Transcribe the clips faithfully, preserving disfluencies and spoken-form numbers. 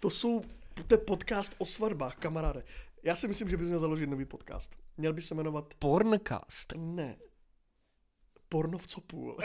To jsou, to je podcast o svatbách, kamaráde. Já si myslím, že bys měl založit nový podcast. Měl by se jmenovat... Porncast. Ne. Porno v copůl.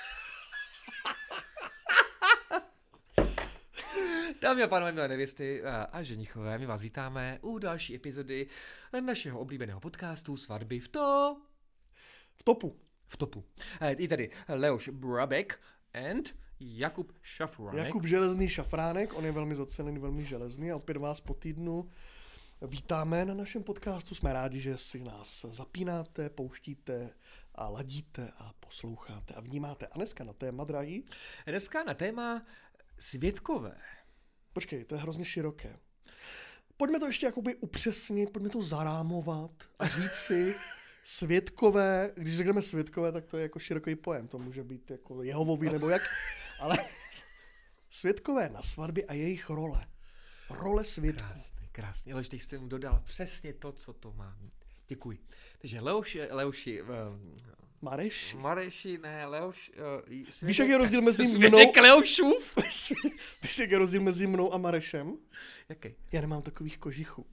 Dámy a pánové, milé nevěsty a ženichové, my vás vítáme u další epizody našeho oblíbeného podcastu Svatby v to... V topu. V topu. I tady Leoš Brabek and Jakub Šafránek. Jakub Železný Šafránek, on je velmi zacenený, velmi železný a opět vás po týdnu vítáme na našem podcastu. Jsme rádi, že si nás zapínáte, pouštíte a ladíte a posloucháte a vnímáte. A dneska na téma, drahý? Dneska na téma svědkové. Počkej, to je hrozně široké. Pojďme to ještě jakoby upřesnit, pojďme to zarámovat a říct si svědkové, když řekneme svědkové, tak to je jako široký pojem, to může být jako Jehovový nebo jak, ale svědkové na svatbě a jejich role. Role svědků. Krásný, krásný. Leoš, teď jste mu dodal přesně to, co to má mít. Děkuji. Takže Leoš, Leoši... Uh, Mareš? Mareši, ne, Leoš... Uh, Víš, jak je rozdíl mezi mnou... Svědek Leošův? Víš, jak je rozdíl mezi mnou a Marešem? Jaký? Já nemám takových kožichů.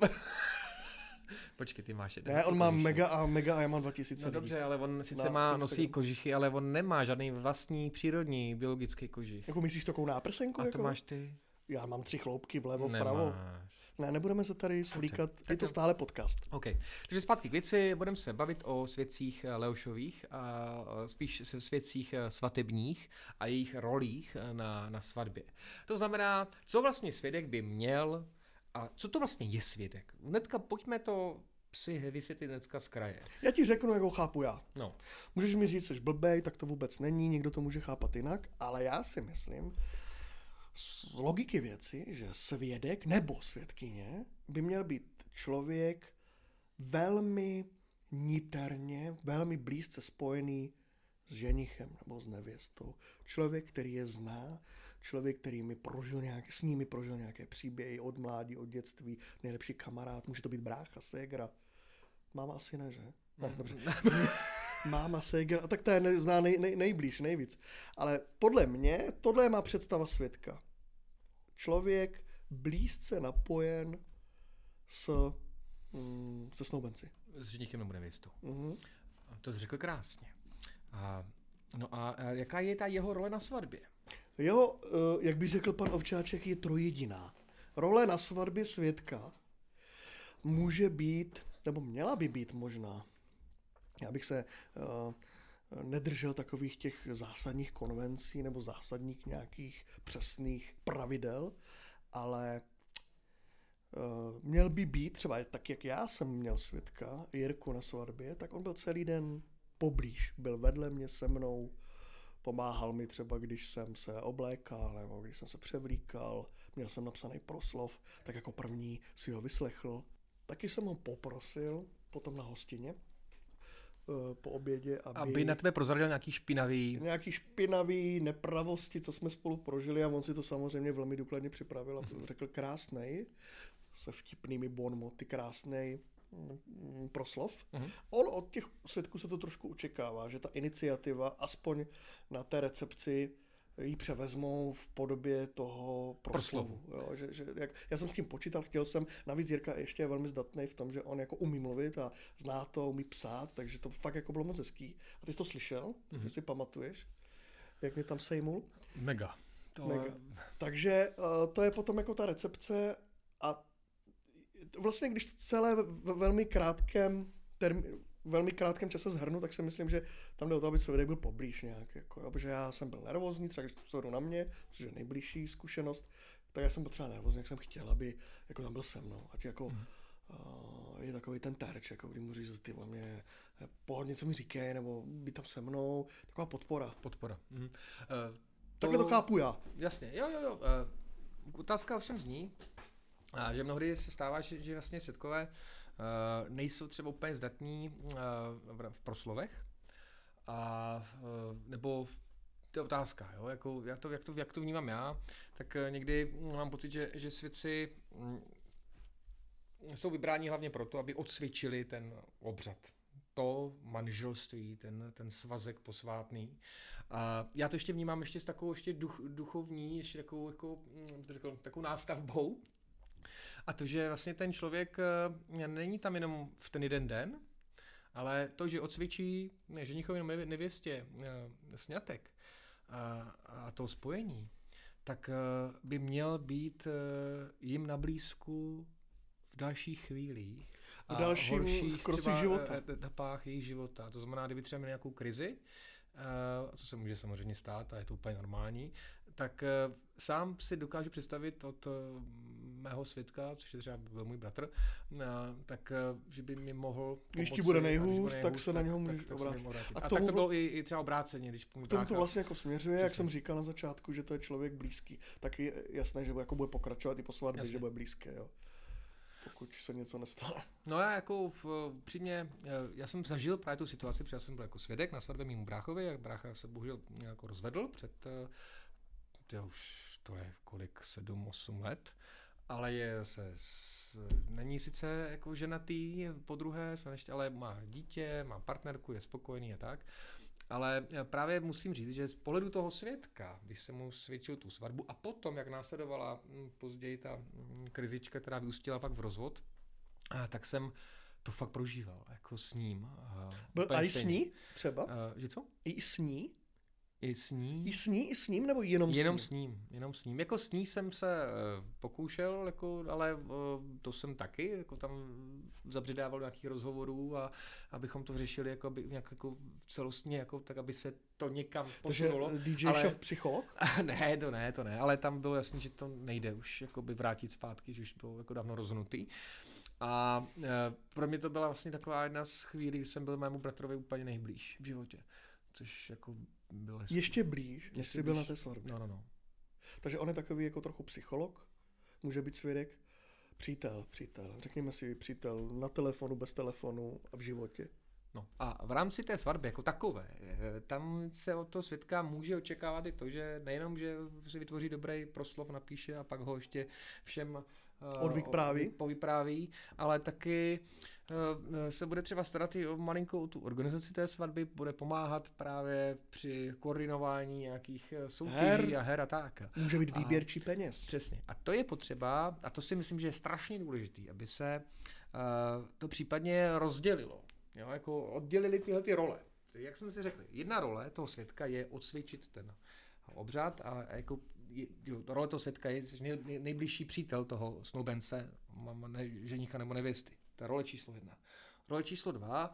Počkej, ty máš jeden. Ne, on má mega a mega a já mám dva tisíce. No dobře, ale on sice na má, Instagram. nosí kožichy, ale on nemá žádný vlastní přírodní biologický kožich. Jako myslíš takovou náprsenku? A to jako? máš ty? Já mám tři chloupky vlevo, Nemáš. vpravo. Ne, nebudeme se tady slíkat, je to stále podcast. OK. Takže zpátky k věci, budeme se bavit o svědcích Leošových, a spíš se svědcích svatebních a jejich rolích na, na svatbě. To znamená, co vlastně svědek by měl a co to vlastně je svědek. Hnedka pojďme to si vysvětlit dneska z kraje. Já ti řeknu, jak ho chápu já. No. Můžeš mi říct, jsi blbej, tak to vůbec není, někdo to může chápat jinak, ale já si myslím, z logiky věci, že svědek nebo svědkyně by měl být člověk velmi niterně, velmi blízce spojený s ženichem nebo s nevěstou. Člověk, který je zná, člověk, který mi prožil nějaké, s nimi prožil nějaké příběhy od mládí, od dětství, nejlepší kamarád, může to být brácha, ségra. Máma asi ne, že? Ne, dobře. Máma, ségra, a tak to je ne, zná nej, nej, nejblíž, nejvíc. Ale podle mě tohle je má představa svědka. Člověk blízce napojen s, mm, se snoubenci. S ženichem nebo nevěstou. Mm-hmm. To jsi řekl krásně. A, no a, a jaká je ta jeho role na svatbě? Jeho, jak by řekl pan Ovčáček, je trojjediná. Role na svatbě svědka může být, nebo měla by být možná. Já bych se uh, nedržel takových těch zásadních konvencí nebo zásadních nějakých přesných pravidel, ale uh, měl by být, třeba tak, jak já jsem měl svědka, Jirku na svatbě, tak on byl celý den poblíž, byl vedle mě, se mnou, pomáhal mi třeba, když jsem se oblékal nebo když jsem se převlíkal, měl jsem napsaný proslov, tak jako první si ho vyslechl. Taky jsem ho poprosil potom na hostině po obědě, aby... Aby na tebe prozradil nějaký špinavý... Nějaký špinavý nepravosti, co jsme spolu prožili, a on si to samozřejmě velmi důkladně připravil a řekl krásnej, se vtipnými bonmoty, krásnej proslov. Uh-huh. On od těch svědků se to trošku očekává, že ta iniciativa aspoň na té recepci ji převezmou v podobě toho proslovu. proslovu. Jo, že, že, jak, já jsem s tím počítal, chtěl jsem, navíc Jirka ještě je velmi zdatný v tom, že on jako umí mluvit a zná to, umí psát, takže to fakt jako bylo moc hezký. A ty jsi to slyšel, mm-hmm. že si pamatuješ, jak mě tam sejmul? Mega. To... Mega. Takže uh, to je potom jako ta recepce a vlastně, když to celé ve velmi krátkém termínu, velmi krátkém čase zhrnu, tak si myslím, že tam jde o to, aby svědek byl poblíž nějak, jako, jo, protože já jsem byl nervózní, třeba když to sledu na mě, což je nejbližší zkušenost, tak já jsem byl třeba nervózní, jak jsem chtěl, aby jako tam byl se mnou, ať jako mm. uh, je takový ten terč, jako když mu říct, ty mě pohodně, něco mi říkají, nebo být tam se mnou, taková podpora. Podpora. Mm. Uh, Takhle to chápu já. Jasně, jo, jo, jo. Uh, otázka ovšem zní, uh, že mnohdy se stává, že, že vlastně svědkové Uh, nejsou třeba úplně zdatní uh, v proslovech, a, uh, nebo to je otázka, jo? Jako, jak, to, jak, to, jak to vnímám já, tak uh, někdy mám pocit, že, že svědci um, jsou vybráni hlavně proto, aby odsvědčili ten obřad. to manželství, ten, ten svazek posvátný. A já to ještě vnímám ještě s takovou ještě duch, duchovní, ještě takovou, jako, řekl, takovou nástavbou. A to, že vlastně ten člověk není tam jenom v ten jeden den, ale to, že odsvědčí ženichovi nevěstě sňatek a, a to spojení, tak by měl být jim na blízku v dalších chvílích. V dalších horších krocích života. etapách jejich života. To znamená, kdyby třeba měli nějakou krizi, a co se může samozřejmě stát, a je to úplně normální, tak sám si dokážu představit od mého svědka, což je třeba byl můj bratr, tak že by mi mohl pomoci. Když ti bude nejhůř, tak nejhůř, se na něho můžeš obrátit. A, a tak to bylo i, i třeba obráceně. Když k tomu to vlastně jako směřuje, jak jsem říkal na začátku, že to je člověk blízký. Tak je jasné, že jako bude pokračovat i po svatbě, že bude blízké. Jo. Pokud se něco nestane. No já jako přímě, já jsem zažil právě tu situaci, protože já jsem byl jako svědek na svatbě mému bráchovi, jak brácha se bohužel jako rozvedl před, to už to je kolik, sedm, osm let, ale je se, s, není sice jako ženatý, po druhé, ale má dítě, má partnerku, je spokojený a tak. Ale právě musím říct, že z pohledu toho svědka, když jsem mu svědčil tu svatbu a potom, jak následovala později ta krizička, která vyústila fakt v rozvod, tak jsem to fakt prožíval, jako s ním. Byl i s ní třeba? Že co? I s ní? I s ní? I s ní, i s ním, nebo jenom, jenom s ním? Jenom s ním, jenom s ním. Jako s ní jsem se pokoušel, jako, ale to jsem taky, jako tam zabředával do nějakých rozhovorů a abychom to řešili jako, aby, nějak jako celostně, jako, tak aby se to někam posunulo. Takže D J ale... Šaf psycholog? ne, to ne, to ne, ale tam bylo jasný, že to nejde už jakoby vrátit zpátky, že už bylo jako dávno rozhodnutý. A e, pro mě to byla vlastně taková jedna z chvílí, kdy jsem byl mému bratrovi úplně nejblíž v životě. Což jako bylo hezký. Ještě blíž, než jsi byl na té svatbě. No, no, no. Takže on je takový jako trochu psycholog, může být svědek, přítel, přítel, řekněme si přítel na telefonu, bez telefonu a v životě. No a v rámci té svatby jako takové, tam se od toho svědka může očekávat i to, že nejenom, že si vytvoří dobrý proslov, napíše a pak ho ještě všem odvypráví, povypráví, ale taky se bude třeba starat i o malinkou tu organizaci té svatby, bude pomáhat právě při koordinování nějakých soutěží her. a her a tak. Může být výběrčí peněz. Přesně. A to je potřeba, a to si myslím, že je strašně důležitý, aby se uh, to případně rozdělilo. Jo, jako oddělili tyhle ty role. Jak jsme si řekli, jedna role toho svědka je odsvědčit ten obřad a, a jako je, jo, role toho svědka je nej, nejbližší přítel toho snoubence, ne, ženicha nebo nevěsty. To je role číslo jedna. Role číslo dva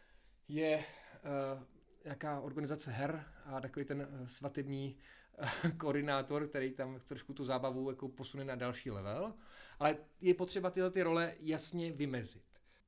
je uh, jaká organizace her a takový ten uh, svatební uh, koordinátor, který tam trošku tu zábavu jako posune na další level. Ale je potřeba tyhle ty role jasně vymezit.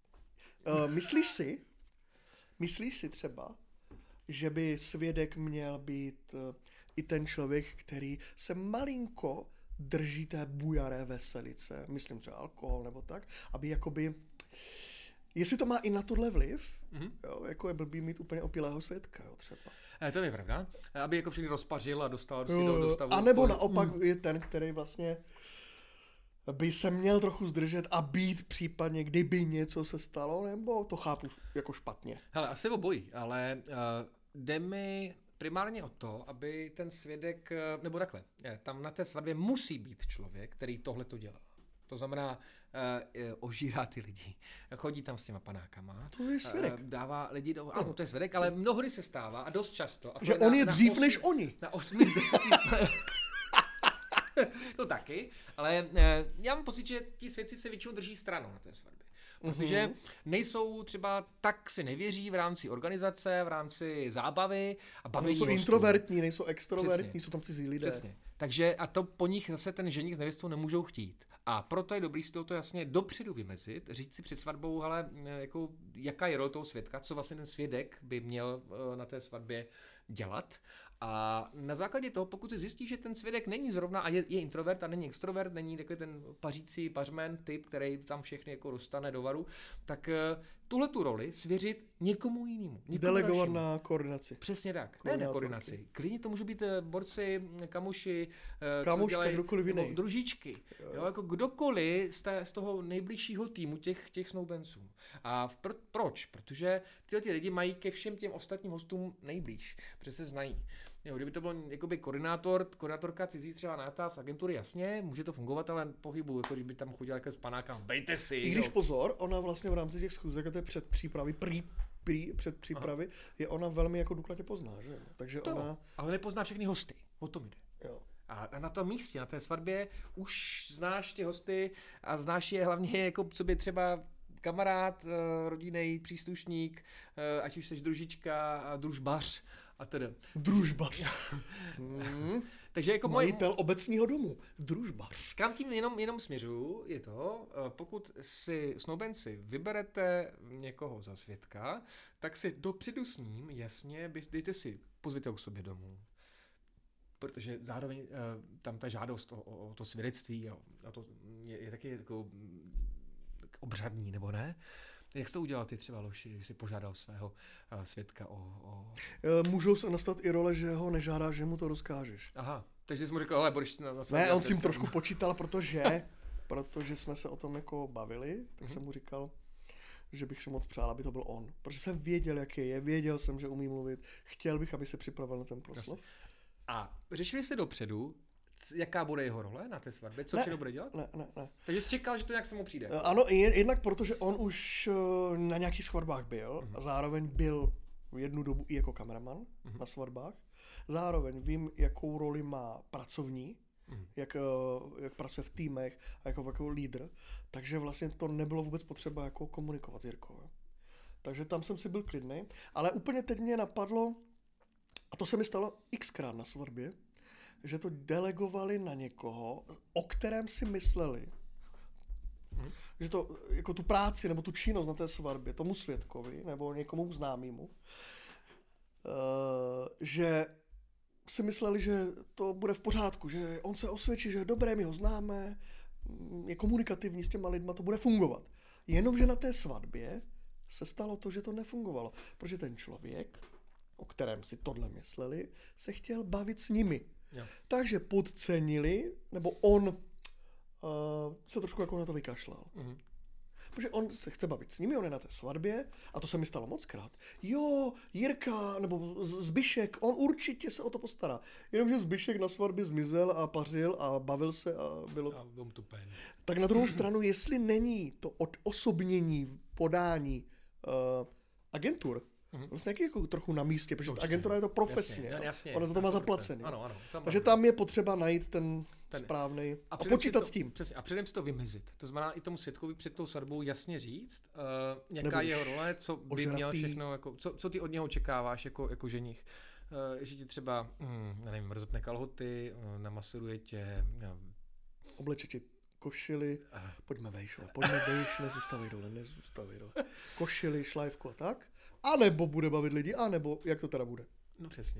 Uh, myslíš si, myslíš si třeba, že by svědek měl být uh, i ten člověk, který se malinko drží té bujaré veselice, myslím třeba alkohol nebo tak, aby jakoby, jestli to má i na tohle vliv, mm-hmm. jo, jako je blbý mít úplně opilého svědka, jo, třeba. E, to je pravda, aby jako všechny rozpařil a dostal do, do stavu. A nebo naopak mm. je ten, který vlastně by se měl trochu zdržet a být případně, kdyby něco se stalo, nebo to chápu jako špatně? Hele, asi obojí, ale uh, jde mi primárně o to, aby ten svědek, nebo takhle, tam na té svatbě musí být člověk, který tohle to dělá. To znamená, uh, ožírá ty lidi, chodí tam s těma panákama. To je svědek. Uh, dává lidi do... Ano, to je svědek, ale mnohdy se stává a dost často. A že on na, je dřív osmi, než oni. Na osmi z deseti to taky, ale uh, já mám pocit, že ti svědci se většinou drží stranou na té svatbě. Protože nejsou třeba, tak si nevěří v rámci organizace, v rámci zábavy a baví. Jsou introvertní, nejsou extrovertní, Přesně. Jsou tam cizí lidé. Přesně. Takže a to po nich zase ten ženich s nevěstou nemůžou chtít. A proto je dobrý si to jasně dopředu vymezit, říct si před svatbou, ale jako, jaká je role toho svědka, co vlastně ten svědek by měl na té svatbě dělat. A na základě toho, pokud si zjistí, že ten svědek není zrovna a je, je introvert a není extrovert, není takový ten pařící pařmen typ, který tam všechny jako dostane do varu, tak tuhle tu roli svěřit někomu jinému. Delegovat na koordinaci. Přesně tak. Ne na koordinaci. Klidně to můžou být borci, kamoši, Kamoška, kdokoliv jiný. Družičky. Jo. Jo, jako kdokoliv z, té, z toho nejbližšího týmu těch, těch snoubenců. A v, pr- proč? Protože tyhle ty lidi mají ke všem těm ostatním hostům nejblíž. Protože se znají. Jo, kdyby to byl jakoby koordinátor, koordinátorka cizí třeba najatá z agentury, jasně, může to fungovat, ale pohybu, jako když by tam chodila jako s panákem, bejte si. I když jo. Pozor, ona vlastně v rámci těch schůzek a té předpřípravy, prý, prý, předpřípravy, Aha. je ona velmi jako důkladně pozná, že? Takže to, ona... ale nepozná všechny hosty, o tom jde. Jo. A na tom místě, na té svatbě, už znáš ty hosty a znáš je hlavně jako co by třeba kamarád, rodinný příslušník, ať už jsi družička, družbař, a tedy. Družbař. hmm. Takže jako majitel moje... obecního domu. Družbař. Kam tím jenom, jenom směřuju, je to, pokud si snoubenci vyberete někoho za svědka, tak si dopředu s ním jasně, dejte si, pozvěte ho k sobě domů. Protože zároveň uh, tam ta žádost o, o to svědectví a, a to je, je taky jako obřadní, nebo ne? Jak jsi to udělal ty třeba, Loši, když jsi požádal svého uh, svědka o... o... Můžou se nastat i role, že ho nežádáš, že mu to rozkážeš. Aha, takže jsi mu řekl, ale budeš na, na Ne, on si jim trošku počítal, protože, protože jsme se o tom jako bavili, tak mm-hmm. jsem mu říkal, že bych si moc přál, aby to byl on. Protože jsem věděl, jaký je, věděl jsem, že umí mluvit, chtěl bych, aby se připravil na ten proslov. A řešili jste dopředu, jaká bude jeho role na té svatbě? Co ne, si to bude dělat? Ne, ne, ne. Takže jsi čekal, že to nějak se mu přijde? Ano, jednak protože on už na nějakých svatbách byl uh-huh. a zároveň byl jednu dobu i jako kameraman uh-huh. na svatbách. Zároveň vím, jakou roli má pracovní, uh-huh. jak, jak pracuje v týmech a jako, jako lídr. Takže vlastně to nebylo vůbec potřeba jako komunikovat s Jirkou. Takže tam jsem si byl klidný. Ale úplně teď mě napadlo, a to se mi stalo xkrát na svatbě, že to delegovali na někoho, o kterém si mysleli, hmm. že to, jako tu práci nebo tu činnost na té svatbě, tomu svědkovi nebo někomu známému, uh, že si mysleli, že to bude v pořádku, že on se osvědčí, že je dobré, my ho známe, je komunikativní s těma lidma, to bude fungovat. Jenomže na té svatbě se stalo to, že to nefungovalo, protože ten člověk, o kterém si tohle mysleli, se chtěl bavit s nimi. Jo. Takže podcenili, nebo on uh, se trošku jako na to vykašlal. Mm-hmm. Protože on se chce bavit s nimi, on je na té svatbě, a to se mi stalo mockrát. Jo, Jirka, nebo Zbyšek, on určitě se o to postará. Jenomže Zbyšek na svatbě zmizel a pařil a bavil se a bylo to. Tak na druhou stranu, jestli není to odosobnění podání uh, agentur, Mm-hmm. Vlastně jaký jako trochu na místě, protože ta agentura je to profesně, jasně, jasně, ona za to má zaplacený. Ano, ano, tam takže tam je potřeba najít ten, ten správný a, a počítat to, s tím. Přesně, a předem si to vymezit. To znamená i tomu svědkovi před tou svatbou jasně říct, uh, jaká je jeho role, co by ožratý. Měl všechno, jako, co, co ty od něho očekáváš jako, jako ženich. Uh, že ti třeba, hm, já nevím, rozepne kalhoty, uh, namasuruje tě, uh, obleče ti košily, aha. Pojďme vejš, pojďme vejš, nezůstavej dole, nezůstavej dole. Košily, šlajvku a tak. A nebo bude bavit lidi, a nebo jak to teda bude. No přesně.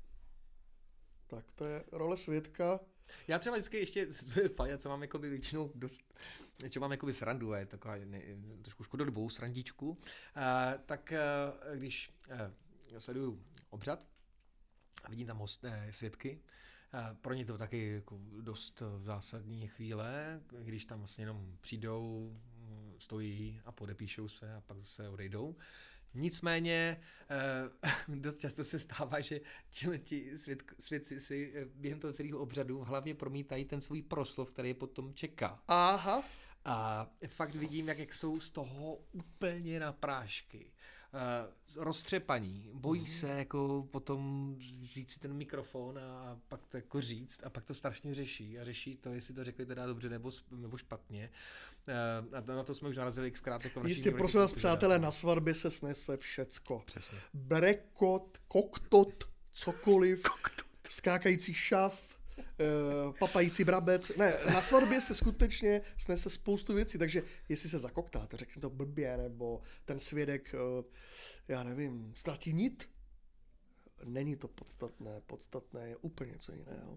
Tak to je role svědka. Já třeba vždycky ještě, co je fajn, co mám jakoby většinou dost, co mám jakoby srandu, je taková ne, trošku škodolibou srandičku, uh, tak uh, když uh, sleduju obřad a vidím tam host, uh, svědky, uh, pro ně to taky jako dost zásadní chvíle, když tam vlastně jenom přijdou, stojí a podepíšou se a pak zase odejdou. Nicméně eh, dost často se stává, že ti svědk, svědci si během toho celého obřadu hlavně promítají ten svůj proslov, který je potom čeká. Aha. A fakt vidím, jak, jak jsou z toho úplně na prášky. Uh, roztřepaní, bojí mm. se jako potom vzít si ten mikrofon a pak to jako říct a pak to strašně řeší a řeší to, jestli to řekli teda dobře nebo, nebo špatně. Uh, a na to jsme už narazili xkrát. Jako jistě, prosím vás, přátelé, na svatbě se snese všecko. Přesně. Brekot, koktot, cokoliv, skákající šav, Uh, papající brabec. Ne, na svatbě se skutečně snese spoustu věcí, takže jestli se zakoktáte, řekne to blbě, nebo ten svědek, uh, já nevím, ztratí nit, není to podstatné, podstatné je úplně něco jiného.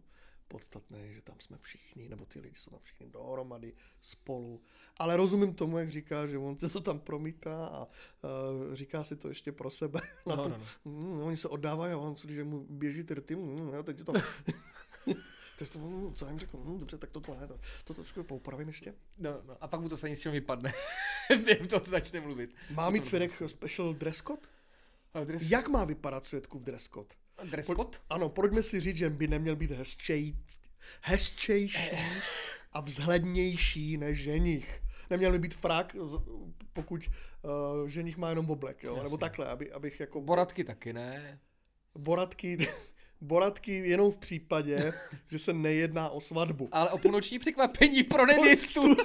Podstatné je, že tam jsme všichni, nebo ty lidi jsou tam všichni dohromady, spolu. Ale rozumím tomu, jak říká, že on se to tam promítá a uh, říká si to ještě pro sebe. Na No, tom, no, no. Mm, oni se oddávají a on si, že mu běží ty rty, mm, jo, teď je to... Teď to, mm, co jim řekl, mm, dobře, tak tohle, to, to, to trošku poupravím ještě. No, no, a pak mu to se nic čemu vypadne, během toho začne mluvit. Má mít svědek special dress code? Dress... Jak má vypadat svědkův dress code? Dress code? Ano, pojďme si říct, že by neměl být hezčej, hezčejší a vzhlednější než ženich. Neměl by být frak, pokud uh, ženich má jenom oblek, jo? Nebo takhle, aby, abych jako... Boratky taky ne. Boratky, boratky jenom v případě, že se nejedná o svatbu. Ale o půlnoční překvapení pro nevěstu.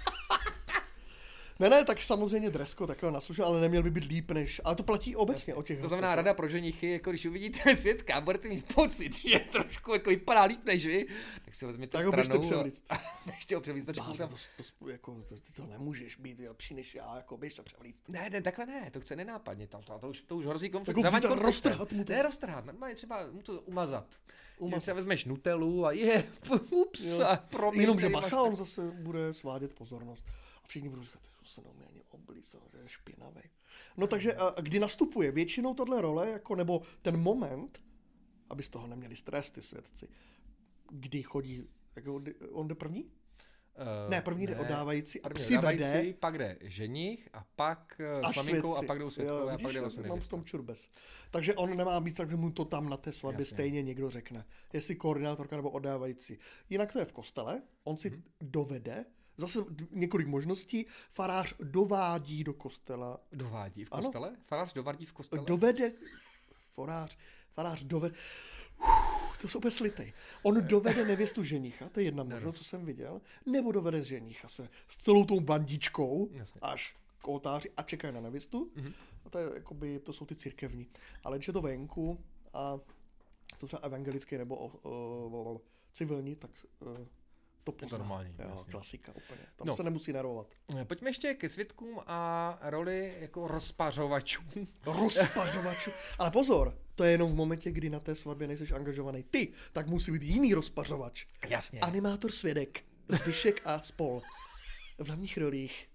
Ne, ne, tak samozřejmě dresko takového naslušel, ale neměl by být líp než... Ale to platí obecně o těch... To znamená rada pro ženichy, jako když uvidíte svědka a budete mít pocit, že trošku jako vypadá líp než vy, tak si vezměte tak stranou. Tak ho běžte převlíct. A běžte ho převlíct. To, to, to, jako, to, ty to nemůžeš být lepší než já, jako běž se převlíct. Ne, ne, takhle ne, to chce nenápadně, to, to, to, už, to už hrozí konflikt. Tak musíte roztrhat mu to. Ne, roztrhat, normálně třeba mu to umazat. Umazat. Že třeba vezmeš Nutelu a je, ups, a promiň. Jenom, že Macha, on zase bude svádět pozornost. A všichni budou říkat, že se nám ani oblízal, že je špinavý. No takže a kdy nastupuje většinou tahle role, jako, nebo ten moment, aby z toho neměli stres ty svědci, kdy chodí, jako on jde první? Uh, ne, první jde oddávající a přivede. Pak jde ženich a pak s maminkou a pak jdou svědkové a pak jde vlastně mám v tom čurbes. Takže on nemá být tak, že mu to tam na té svatbě Jasně. stejně někdo řekne. Jestli koordinátorka nebo oddávající. Jinak to je v kostele, on si hmm. dovede, zase několik možností, farář dovádí do kostela. Dovádí v kostele? Ano? Farář dovádí v kostele? Dovede, farář, farář dovede, Uf, to jsou úplně slitej. On dovede nevěstu ženicha, to je jedna možnost, co jsem viděl, nebo dovede z ženicha se s celou tou bandičkou Jasně. až k oltáři a čekají na nevěstu. Mm-hmm. A to, je, jakoby, to jsou ty církevní. Ale když je to venku a to třeba evangelické nebo o, o, o, civilní, tak o, to pozná. To normální, jo, klasika úplně. Tam no. se nemusí nervovat. Pojďme ještě ke svědkům a roli jako rozpařovačů. Rozpařovačů. Ale pozor, to je jenom v momentě, kdy na té svatbě nejseš angažovaný ty, tak musí být jiný rozpařovač. Jasně. Animátor svědek, Zbyšek a spol. V hlavních rolích.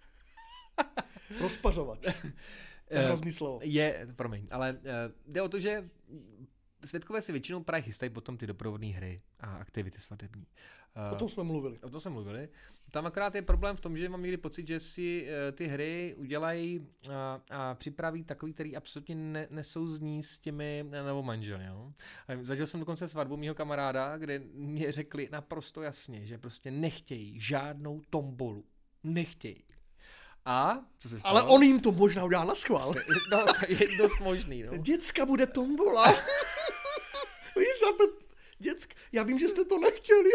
Rozpařovač. To je hrozný slovo. Je, promiň, ale uh, jde o to, že svědkové si většinou právě chystají potom ty doprovodné hry a aktivity svatební. Uh, o tom jsme mluvili. O tom jsme mluvili. Tam akorát je problém v tom, že mám někdy pocit, že si uh, ty hry udělají uh, a připraví takový, který absolutně ne, nesouzní s těmi novomanželi. Jo? Zažil jsem dokonce svatbu mýho kamaráda, kde mě řekli naprosto jasně, že prostě nechtějí žádnou tombolu. Nechtějí. A co se stalo? Ale on jim to možná udělá na schvál. No, to je dost možný, no. Děcka bude tombola. Víš, děcka, já vím, že jste to nechtěli.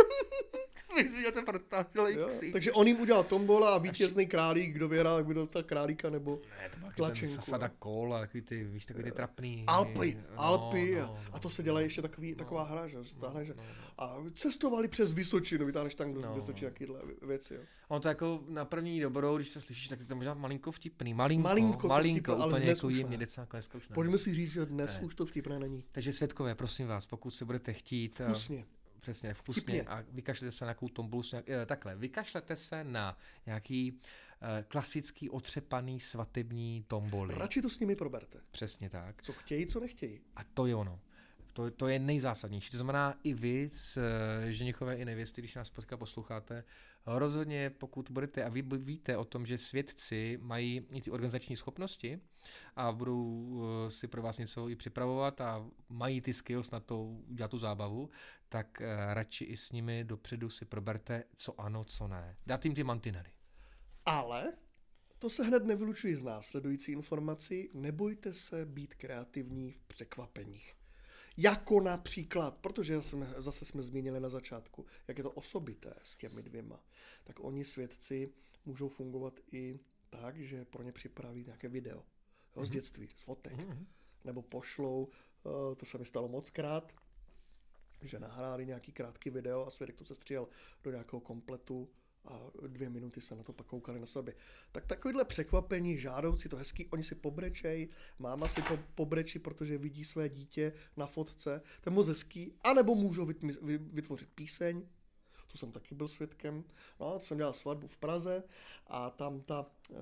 Takže on jim udělal tombola a vítězný králík, kdo vyhrál, jak by dostal králíka nebo ne, to tlačenku. Sasada kol a takový ty, víš, takový ty trapný. Alpy, no, Alpy. No, a to se dělá ještě takový, no, taková hra, že stáhne, že. No, no. A cestovali přes Vysočinu, vytáhneš tam no, Vysočinu, takovýhle věci, jo. On to jako na první dobrou, když to slyšíš, tak to možná malinko vtipný, malinko, malinko, malinko vtipné, úplně jako jemně decáko, dneska už ne. Pojďme si říct, že dnes ne. už to vtipné není. Takže svědkové, prosím vás, pokud si budete chtít. Vkusně. Přesně, vkusně a vykašlete se na nějakou tombolu, takhle, vykašlete se na nějaký uh, klasický otřepaný svatební tomboly. Radši to s nimi proberte. Přesně tak. Co chtějí, co nechtějí. A to je ono. To, to je nejzásadnější. To znamená i vy z uh, ženichové i nevěsty, když nás podcast posloucháte, rozhodně pokud budete a vy víte o tom, že svědci mají i ty organizační schopnosti a budou uh, si pro vás něco i připravovat a mají ty skills na to udělat tu zábavu, tak uh, radši i s nimi dopředu si proberte, co ano, co ne. Dát jim ty mantinely. Ale to se hned nevylučuje z následující informací. Nebojte se být kreativní v překvapeních. Jako například, protože jsme, zase jsme zmínili na začátku, jak je to osobité s těmi dvěma, tak oni svědci můžou fungovat i tak, že pro ně připraví nějaké video, jo, mm-hmm. z dětství, z fotek, mm-hmm. nebo pošlou, to se mi stalo mockrát, že nahráli nějaký krátký video a svědek to sestříhal do nějakého kompletu a dvě minuty se na to pak koukali na sobě. Tak takovýhle překvapení, žádoucí, to hezký, oni si pobrečej, máma si po, pobrečí, protože vidí své dítě na fotce, to je moc hezký, anebo můžou vytvořit píseň, to jsem taky byl svědkem, no, to jsem dělal svatbu v Praze a tam ta uh,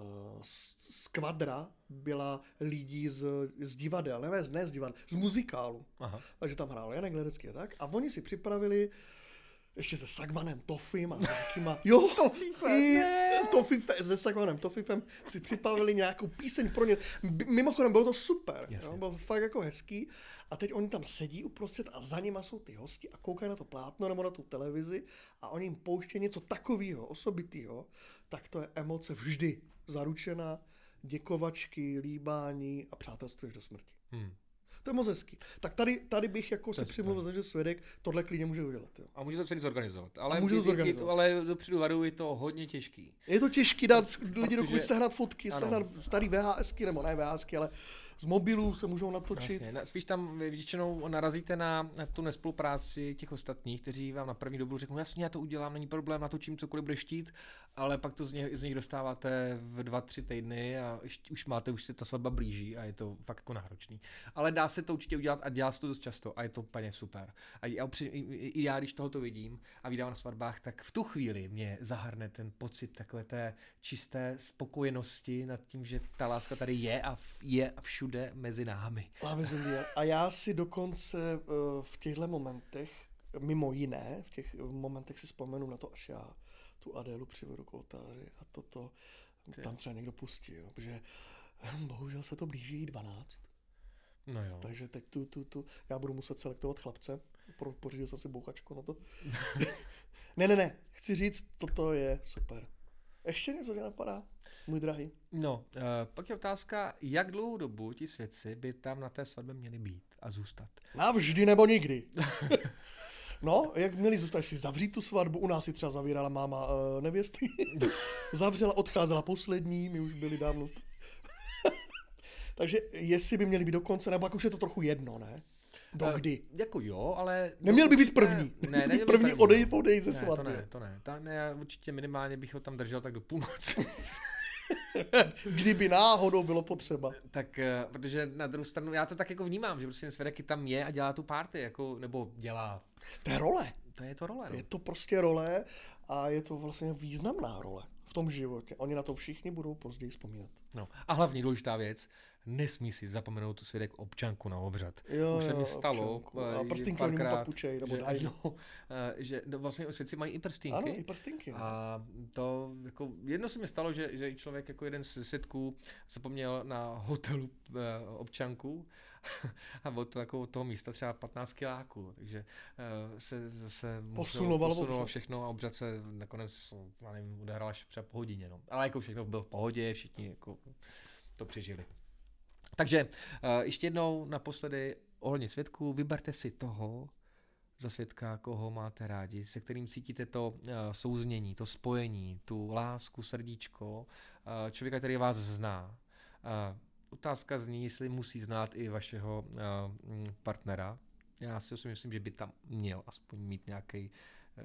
skvadra byla lidí z, z divadel, ne, ne z divadel, z muzikálu, Aha. takže tam hrál Janek Ledecký a tak a oni si připravili ještě se Sagvanem Toffim a nějakýma, jo, Toffifem, se Sagvanem Toffifem si připravili nějakou píseň pro ně. Mimochodem bylo to super, jo, bylo to fakt jako hezký. A teď oni tam sedí uprostřed a za nima jsou ty hosti a koukají na to plátno nebo na tu televizi a oni jim pouštějí něco takového, osobitého, tak to je emoce vždy zaručená, děkovačky, líbání a přátelství až do smrti. Hmm. To je moc hezký. Tak tady, tady bych jako si přimluvil, že svědek tohle klidně může udělat. Jo. A může to celý zorganizovat. Ale, může to zorganizovat. ale dopředu varuji, je to hodně těžký. Je to těžký dát lidi dokud sehnat fotky, ano. sehnat starý VHSky, nebo ne VHSky, ale z mobilů se můžou natočit. Jasně, spíš tam většinou narazíte na, na tu nespolupráci těch ostatních, kteří vám na první dobu řeknou, jasně, já to udělám, není problém, natočím cokoliv bude štít, ale pak to z nich, z nich dostáváte v dva, tři týdny a už máte, už se ta svatba blíží a je to fakt jako náročný. Ale dá se to určitě udělat a dělá se to dost často a je to úplně super. A já, i já, když tohoto vidím a vydám na svatbách, tak v tu chvíli mě zahrne ten pocit takové té čisté spokojenosti nad tím, že ta láska tady je a je všude mezi námi. A já si dokonce v těchto momentech, mimo jiné, v těch momentech si vzpomenu na to, až já tu Adélu přivedu k oltáři a toto tam třeba někdo pustí, jo, protože bohužel se to blíží dvanáct. No jo. Takže teď tu, tu, tu, já budu muset selektovat chlapce, pořídil jsem si bouchačku na to. ne, ne, ne, chci říct, toto je super. Ještě něco tě napadá, můj drahý? No, uh, pak je otázka, jak dlouhou dobu ti svědci by tam na té svatbě měli být a zůstat? Navždy nebo nikdy. No, jak měli zůstat, si zavřít tu svatbu, u nás si třeba zavírala máma uh, nevěsty, zavřela, odcházela poslední, my už byli dávno. T... Takže jestli by měli být do konce, nebo jak už je to trochu jedno, ne? Do uh, kdy? Jako jo, ale... Neměl by být první. Ne, neměl být první, první odejít, odejít ze ne, svatby. To ne, to ne. Ta, ne, já určitě minimálně bych ho tam držel tak do půlnoci. Kdyby náhodou bylo potřeba. Tak, protože na druhou stranu, já to tak jako vnímám, že prostě svědek tam je a dělá tu party, jako, nebo dělá. To je role. To je to role. No. Je to prostě role a je to vlastně významná role v tom životě. Oni na to všichni budou později vzpomínat. No a hlavně důležitá věc, nesmí si zapomenout tu svědek občanku na obřad. Jo, už se mi jo, stalo občanku. A prstínky oni mu pak pučej, nebo že, dají. no, že vlastně svědci mají i prstínky. Ano, i prstínky. A to jako, jedno se mi stalo, že, že člověk jako jeden z svědků zapomněl na hotelu eh, občanku a bylo to jako od toho místa třeba patnáct kiláků, takže uh, se zase posunovalo posunovalo všechno a obřad se nakonec, já nevím, odehrál až třeba po hodině, no. Ale jako všechno bylo v pohodě, všichni jako to přežili. Takže uh, ještě jednou naposledy ohledně svědků, vyberte si toho za svědka, koho máte rádi, se kterým cítíte to uh, souznění, to spojení, tu lásku, srdíčko, uh, člověka, který vás zná. Uh, Otázka zní, jestli musí znát i vašeho uh, partnera. Já si myslím, že by tam měl aspoň mít nějaký uh,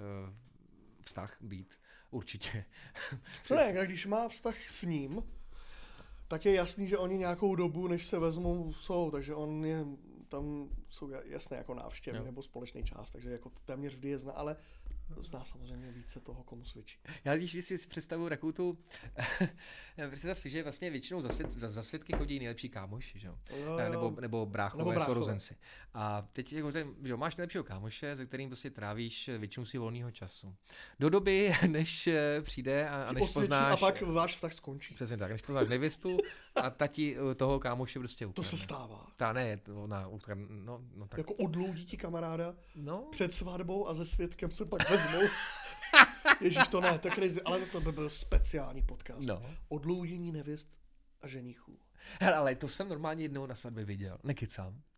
vztah být. Určitě. No ne, když má vztah s ním, tak je jasný, že oni nějakou dobu, než se vezmou, jsou, takže on je, tam jsou jasné jako návštěvy nebo společný čas, takže jako téměř vždy je zná, ale zná samozřejmě více toho, komu svědčí. Já když si představuji takovou tu, představ si, že vlastně většinou za, svět, za, za svědky chodí nejlepší kámoši, že? Jo, nebo, nebo bráchové, nebo bráchové. Sourozenci. A teď jako, že máš nejlepšího kámoše, se kterým prostě trávíš většinu si volného času. Do doby, než přijde a, a než osvědčí, poznáš... A pak váš vztah skončí. Přesně tak, než poznáš nevěstu a tati toho kámoše prostě ukradne. To se stává. Ta ne, to na ukradne, no, no tak... Jako odloudí ti kamaráda no. před svatbou a se svědkem se pak vezmou. Ježíš, to ne, to je crazy, ale to by byl speciální podcast. No. Odloudění nevěst a ženíchů. Hele, ale to jsem normálně jednou na svatbě viděl, nekecám. Uh,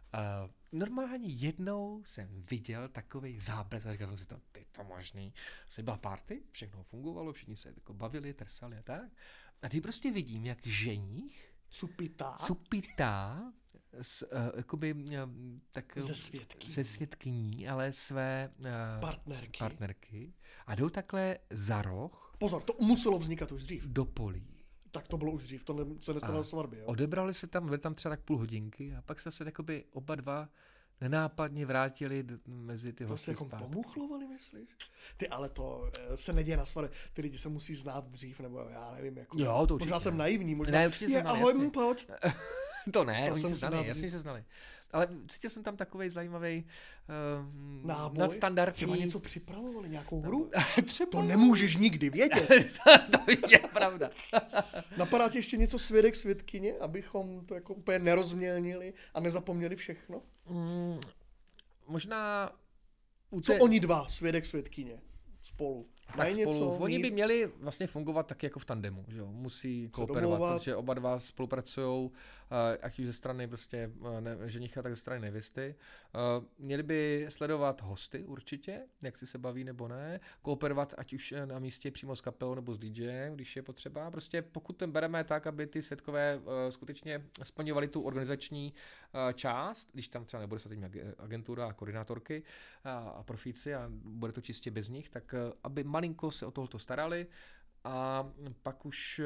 normálně jednou jsem viděl takovej záblesk a říkal jsem si to, ty to možný. Vlastně byla party, všechno fungovalo, všichni se jako bavili, trsali a tak. A ty prostě vidím, jak ženích Cupitá. Cupitá s, uh, jakoby, uh, tak, Ze svědkyní. Ze svědkyní, ale své uh, partnerky. partnerky. A jdou takhle za roh. Pozor, to muselo vznikat už dřív. Do polí. Tak to bylo už dřív, to ne, se nestalo na svatbě. Jo? Odebrali se tam, byli tam třeba tak půl hodinky a pak se se jakoby oba dva nenápadně vrátili do, mezi ty to hosty se jako zpátky. pomuchlovali, myslíš? Ty, ale to se neděje na svatbě. Ty lidi se musí znát dřív, nebo já nevím. Jako, jo, to určitě. Možná jsem naivní, možná. Ne, určitě je, se znali, ahoj, jasně. pojď. To ne, Já oni jsem se znali, znal jasně se znali. Ale cítil jsem tam takovej zajímavý uh, náboj. nadstandardní. Třeba něco připravovali, nějakou hru? Třeba... To nemůžeš nikdy vědět. To je pravda. Napadá ti ještě něco svědek, svědkyně, abychom to jako úplně nerozmělnili a nezapomněli všechno? Mm, možná... Co te... oni dva, svědek, svědkyně, spolu? Tak spolu. Něco, Oni mít... by měli vlastně fungovat taky jako v tandemu, že jo? Musí kooperovat, protože oba dva spolupracují, ať už ze strany prostě ne, ženicha, tak ze strany nevěsty. Měli by sledovat hosty určitě, jak si se baví nebo ne, kooperovat ať už na místě přímo s kapelou nebo s DJem, když je potřeba. Prostě pokud ten bereme tak, aby ty svědkové skutečně splňovali tu organizační část, když tam třeba nebude statutní agentura a koordinátorky a profíci a bude to čistě bez nich, tak aby malinko se o tohoto starali a pak už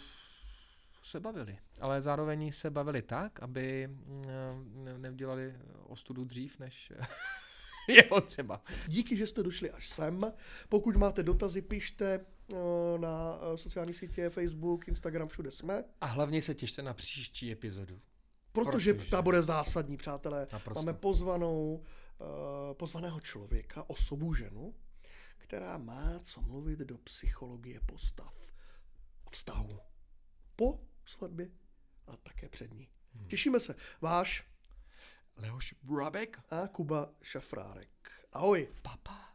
se bavili. Ale zároveň se bavili tak, aby neudělali ostudu dřív, než je potřeba. Díky, že jste došli až sem. Pokud máte dotazy, pište na sociální sítě, Facebook, Instagram, všude jsme. A hlavně se těšte na příští epizodu. Protože, Protože ta bude zásadní, přátelé. Naprosto. Máme pozvanou, pozvaného člověka, osobu, ženu, která má co mluvit do psychologie postav a vztahu po svatbě a také před ní. Hmm. Těšíme se. Váš Leoš Brabek a Kuba Šafrárek. Ahoj. Papa.